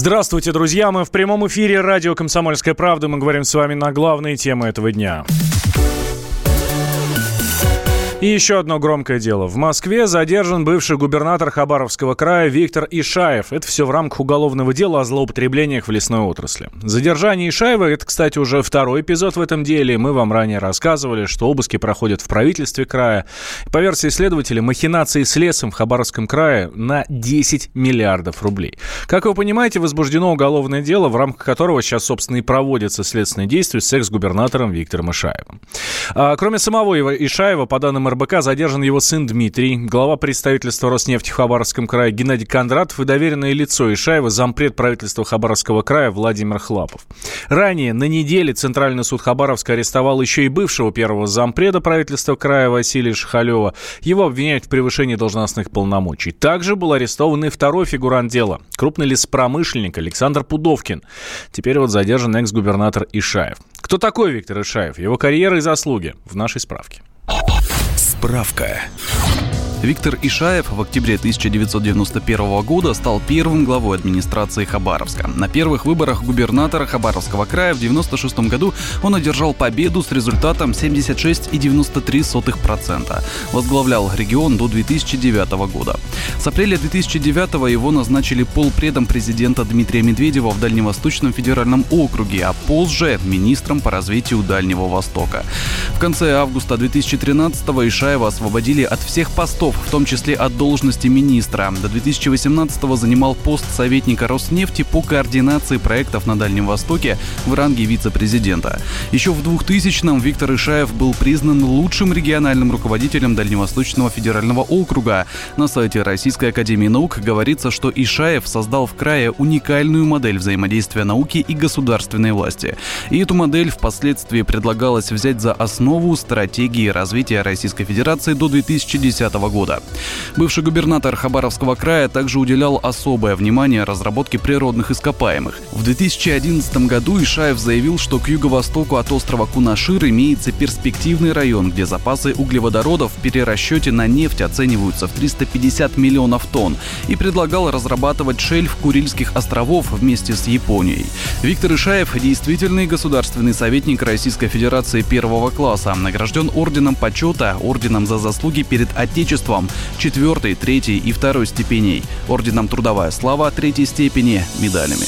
Здравствуйте, друзья! Мы в прямом эфире радио «Комсомольская правда». Мы говорим с вами на главные темы этого дня. И еще одно громкое дело. В Москве задержан бывший губернатор Хабаровского края Виктор Ишаев. Это все в рамках уголовного дела о злоупотреблениях в лесной отрасли. Задержание Ишаева – это, кстати, уже второй эпизод в этом деле. Мы вам ранее рассказывали, что обыски проходят в правительстве края. По версии следователя, махинации с лесом в Хабаровском крае на 10 миллиардов рублей. Как вы понимаете, возбуждено уголовное дело, в рамках которого сейчас, собственно, и проводятся следственные действия с экс-губернатором Виктором Ишаевым. Кроме самого Ишаева, по данным РБК, задержан его сын Дмитрий, глава представительства Роснефти в Хабаровском крае Геннадий Кондратов и доверенное лицо Ишаева, зампред правительства Хабаровского края Владимир Хлапов. Ранее на неделе Центральный суд Хабаровска арестовал еще и бывшего первого зампреда правительства края Василия Шихалева. Его обвиняют в превышении должностных полномочий. Также был арестован и второй фигурант дела, крупный леспромышленник Александр Пудовкин. Теперь вот задержан экс-губернатор Ишаев. Кто такой Виктор Ишаев? Его карьера и заслуги в нашей справке. Справка. Виктор Ишаев в октябре 1991 года стал первым главой администрации Хабаровска. На первых выборах губернатора Хабаровского края в 1996 году он одержал победу с результатом 76,93%. Возглавлял регион до 2009 года. С апреля 2009 его назначили полпредом президента Дмитрия Медведева в Дальневосточном федеральном округе, а позже министром по развитию Дальнего Востока. В конце августа 2013-го Ишаева освободили от всех постов, в том числе от должности министра. До 2018-го занимал пост советника Роснефти по координации проектов на Дальнем Востоке в ранге вице-президента. Еще в 2000-м Виктор Ишаев был признан лучшим региональным руководителем Дальневосточного федерального округа. На сайте Российской академии наук говорится, что Ишаев создал в крае уникальную модель взаимодействия науки и государственной власти. И эту модель впоследствии предлагалось взять за основу стратегии развития Российской Федерации до 2010 года. Бывший губернатор Хабаровского края также уделял особое внимание разработке природных ископаемых. В 2011 году Ишаев заявил, что к юго-востоку от острова Кунашир имеется перспективный район, где запасы углеводородов в перерасчете на нефть оцениваются в 350 миллионов тонн, и предлагал разрабатывать шельф Курильских островов вместе с Японией. Виктор Ишаев – действительный государственный советник Российской Федерации первого класса, награжден орденом почета, орденом за заслуги перед Отечеством 4, 3 и 2 степеней, орденом Трудовая слава 3 степени, медалями.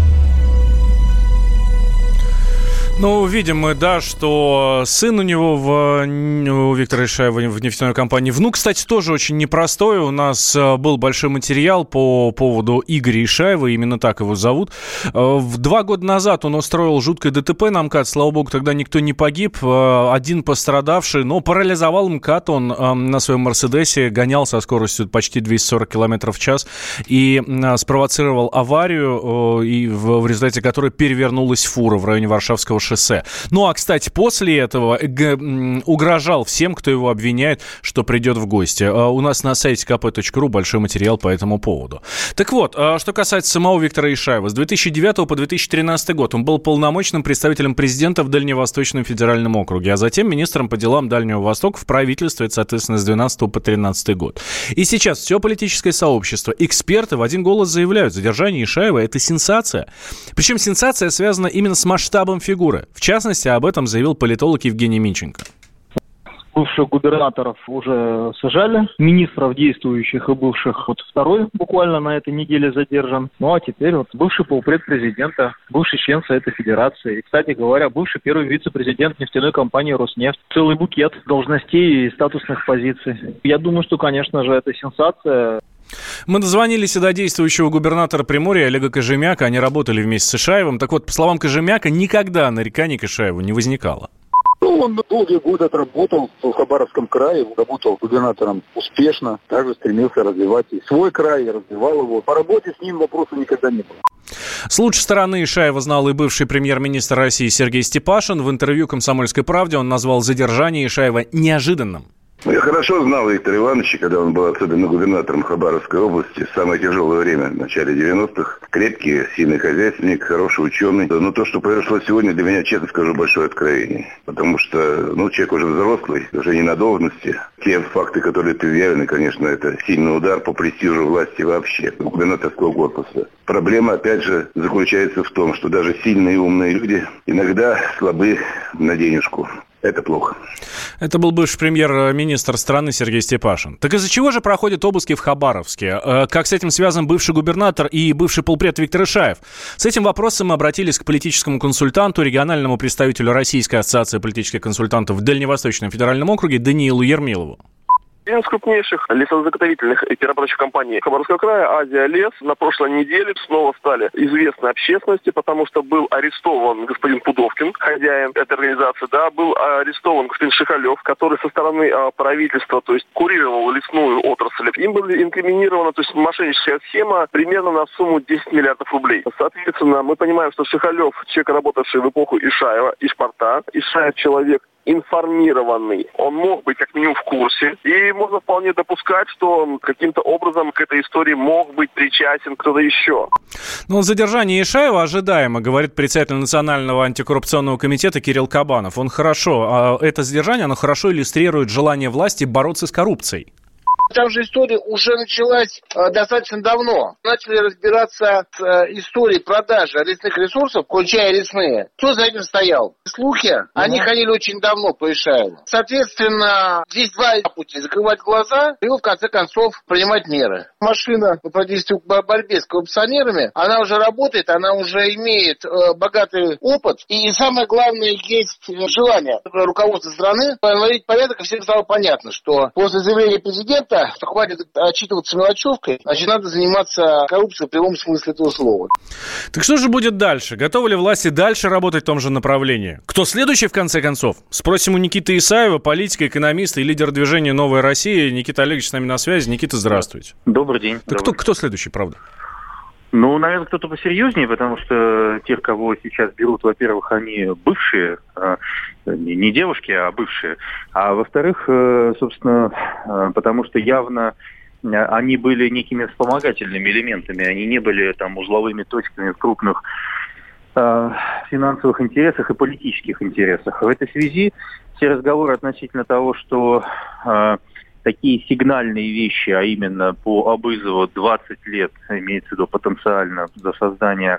Ну, видим мы, да, что сын у него, у Виктора Ишаева в нефтяной компании. Внук, кстати, тоже очень непростой. У нас был большой материал по поводу Игоря Ишаева, именно так его зовут. 2 года назад он устроил жуткое ДТП на МКАД. Слава богу, тогда никто не погиб. Один пострадавший, но парализовал МКАД. Он на своем Мерседесе гонял со скоростью почти 240 км в час и спровоцировал аварию, и в результате которой перевернулась фура в районе Варшавского шоссе. Ну, а, кстати, после этого угрожал всем, кто его обвиняет, что придет в гости. У нас на сайте kp.ru большой материал по этому поводу. Так вот, что касается самого Виктора Ишаева. С 2009 по 2013 год он был полномочным представителем президента в Дальневосточном федеральном округе, а затем министром по делам Дальнего Востока в правительстве, соответственно, с 2012 по 2013 год. И сейчас все политическое сообщество, эксперты в один голос заявляют, задержание Ишаева – это сенсация. Причем сенсация связана именно с масштабом фигуры. В частности, об этом заявил политолог Евгений Минченко. Бывших губернаторов уже сажали, министров действующих и бывших второй буквально на этой неделе задержан. Ну а теперь бывший полпред президента, бывший член Совета Федерации. И, кстати говоря, бывший первый вице-президент нефтяной компании «Роснефть». Целый букет должностей и статусных позиций. Я думаю, что, конечно же, это сенсация. Мы дозвонились до действующего губернатора Приморья Олега Кожемяка. Они работали вместе с Ишаевым. Так вот, по словам Кожемяка, никогда нареканий к Ишаеву не возникало. Он долгие годы отработал в Хабаровском крае, работал губернатором успешно, также стремился развивать и свой край, и развивал его. По работе с ним вопросов никогда не было. С лучшей стороны Ишаева знал и бывший премьер-министр России Сергей Степашин. В интервью «Комсомольской правде» он назвал задержание Ишаева неожиданным. Я хорошо знал Виктора Ивановича, когда он был особенно губернатором Хабаровской области. Самое тяжелое время, в начале 90-х. Крепкий, сильный хозяйственник, хороший ученый. Но то, что произошло сегодня, для меня, честно скажу, большое откровение. Потому что, человек уже взрослый, уже не на должности. Те факты, которые предъявлены, конечно, это сильный удар по престижу власти вообще, губернаторского корпуса. Проблема, опять же, заключается в том, что даже сильные и умные люди иногда слабы на денежку. Это плохо. Это был бывший премьер-министр страны Сергей Степашин. Так из-за чего же проходят обыски в Хабаровске? Как с этим связан бывший губернатор и бывший полпред Виктор Ишаев? С этим вопросом мы обратились к политическому консультанту, региональному представителю Российской ассоциации политических консультантов в Дальневосточном федеральном округе Даниилу Ермилову. Один из крупнейших лесозаготовительных и переработочных компаний Хабаровского края, «Азиалес», на прошлой неделе снова стали известны общественности, потому что был арестован господин Пудовкин, хозяин этой организации, был арестован господин Шихалев, который со стороны правительства, то есть курировал лесную отрасль. Им была инкриминирована, то есть мошенническая схема примерно на сумму 10 миллиардов рублей. Соответственно, мы понимаем, что Шихалев, человек, работавший в эпоху Ишаева, Ишпорта, Ишаев человек информированный. Он мог быть как минимум в курсе. И можно вполне допускать, что каким-то образом к этой истории мог быть причастен кто-то еще. Задержание Ишаева ожидаемо, говорит председатель Национального антикоррупционного комитета Кирилл Кабанов. Это задержание, оно хорошо иллюстрирует желание власти бороться с коррупцией. Там же история уже началась достаточно давно. Начали разбираться с историей продажи лесных ресурсов, включая лесные. Кто за этим стоял? Слухи, они ходили очень давно по Ишаеву. Соответственно, здесь два пути. Закрывать глаза и, в конце концов, принимать меры. Машина по действию к борьбе с коррупционерами, она уже работает, она уже имеет богатый опыт. И самое главное, есть желание руководства страны наводить порядок, и всем стало понятно, что после заявления президента что хватит отчитываться мелочевкой, значит, надо заниматься коррупцией в прямом смысле этого слова. Так что же будет дальше? Готовы ли власти дальше работать в том же направлении? Кто следующий, в конце концов? Спросим у Никиты Исаева, политика, экономиста и лидера движения «Новая Россия». Никита Олегович с нами на связи. Никита, здравствуйте. Добрый день. Так кто следующий, правда? Наверное, кто-то посерьезнее, потому что тех, кого сейчас берут, во-первых, они бывшие, не девушки, а бывшие. А во-вторых, собственно, потому что явно они были некими вспомогательными элементами, они не были там узловыми точками в крупных финансовых интересах и политических интересах. В этой связи все разговоры относительно того, что такие сигнальные вещи, а именно по Абызову 20 лет, имеется в виду потенциально за создание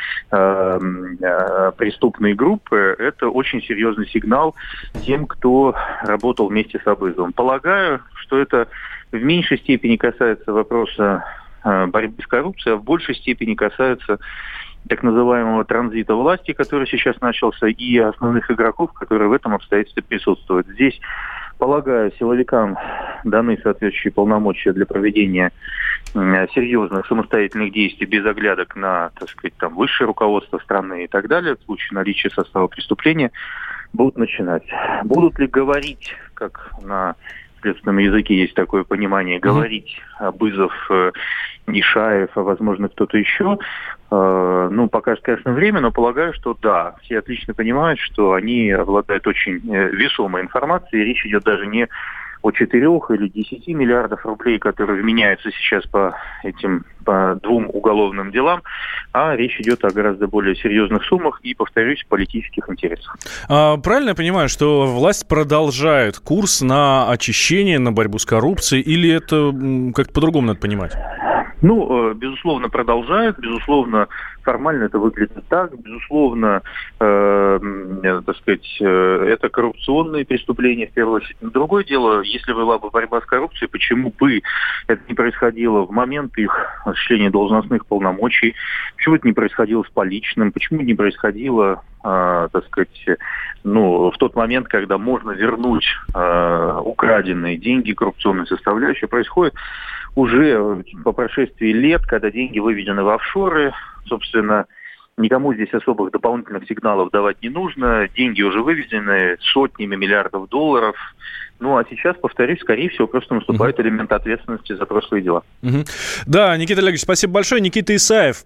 преступной группы, это очень серьезный сигнал тем, кто работал вместе с Абызовым. Полагаю, что это в меньшей степени касается вопроса борьбы с коррупцией, а в большей степени касается так называемого транзита власти, который сейчас начался, и основных игроков, которые в этом обстоятельстве присутствуют. Здесь, полагаю, силовикам даны соответствующие полномочия для проведения серьезных самостоятельных действий без оглядок на, так сказать, там, высшее руководство страны и так далее, в случае наличия состава преступления, будут начинать. Будут ли говорить, как на следственном языке есть такое понимание, говорить Абызов, Ишаев, а возможно кто-то еще, покажет, конечно, время, но полагаю, что да, все отлично понимают, что они обладают очень весомой информацией, речь идет даже не о 4 или 10 миллиардов рублей, которые вменяются сейчас по двум уголовным делам, а речь идет о гораздо более серьезных суммах и, повторюсь, политических интересах. Правильно я понимаю, что власть продолжает курс на очищение, на борьбу с коррупцией, или это как-то по-другому надо понимать? Безусловно, продолжают, безусловно, формально это выглядит так, безусловно, так сказать, это коррупционные преступления в первую очередь. Но другое дело, если была бы борьба с коррупцией, почему бы это не происходило в момент их осуществления должностных полномочий, почему это не происходило с поличным, почему не происходило, так сказать, в тот момент, когда можно вернуть украденные деньги, коррупционную составляющую, происходит уже по прошествии лет, когда деньги выведены в офшоры, собственно, никому здесь особых дополнительных сигналов давать не нужно, деньги уже выведены сотнями миллиардов долларов. А сейчас, повторюсь, скорее всего, просто наступает элемент ответственности за прошлые дела. Да, Никита Олегович, спасибо большое. Никита Исаев,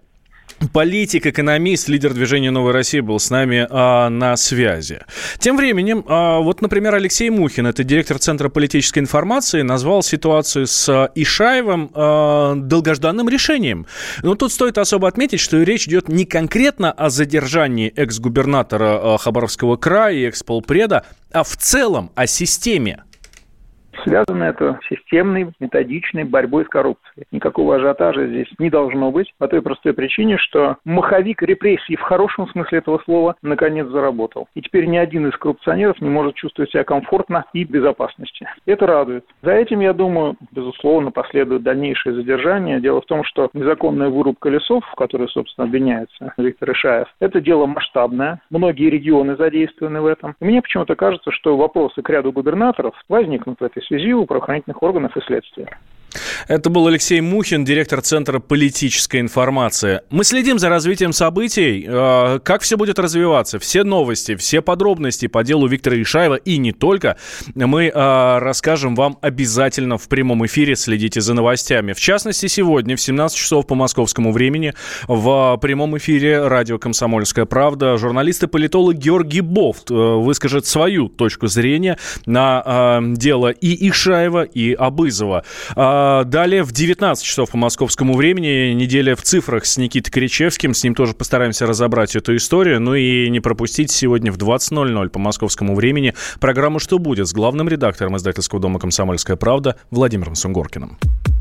Политик, экономист, лидер движения «Новая Россия» был с нами на связи. Тем временем, вот, например, Алексей Мухин, это директор Центра политической информации, назвал ситуацию с Ишаевым долгожданным решением. Но тут стоит особо отметить, что речь идет не конкретно о задержании экс-губернатора Хабаровского края и экс-полпреда, а в целом о системе. Связано это с системной, методичной борьбой с коррупцией. Никакого ажиотажа здесь не должно быть, по той простой причине, что маховик репрессий в хорошем смысле этого слова наконец заработал. И теперь ни один из коррупционеров не может чувствовать себя комфортно и в безопасности. Это радует. За этим, я думаю, безусловно, последует дальнейшее задержание. Дело в том, что незаконная вырубка лесов, в которой, собственно, обвиняется Виктор Ишаев, это дело масштабное. Многие регионы задействованы в этом. И мне почему-то кажется, что вопросы к ряду губернаторов возникнут в этой связи у правоохранительных органов и следствия. Это был Алексей Мухин, директор Центра политической информации. Мы следим за развитием событий, как все будет развиваться. Все новости, все подробности по делу Виктора Ишаева и не только мы расскажем вам обязательно в прямом эфире. Следите за новостями. В частности, сегодня в 17 часов по московскому времени в прямом эфире радио «Комсомольская правда» журналист и политолог Георгий Бофт выскажет свою точку зрения на дело и Ишаева, и Абызова. Далее в 19 часов по московскому времени «Неделя в цифрах» с Никитой Кричевским. С ним тоже постараемся разобрать эту историю. Ну и не пропустить сегодня в 20:00 по московскому времени программу «Что будет» с главным редактором издательского дома «Комсомольская правда» Владимиром Сунгоркиным.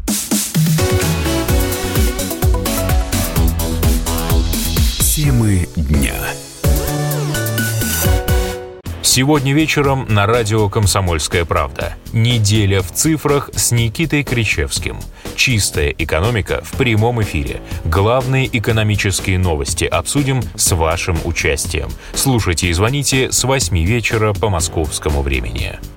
Темы дня. Сегодня вечером на радио «Комсомольская правда». «Неделя в цифрах» с Никитой Кричевским. Чистая экономика в прямом эфире. Главные экономические новости обсудим с вашим участием. Слушайте и звоните с 8 вечера по московскому времени.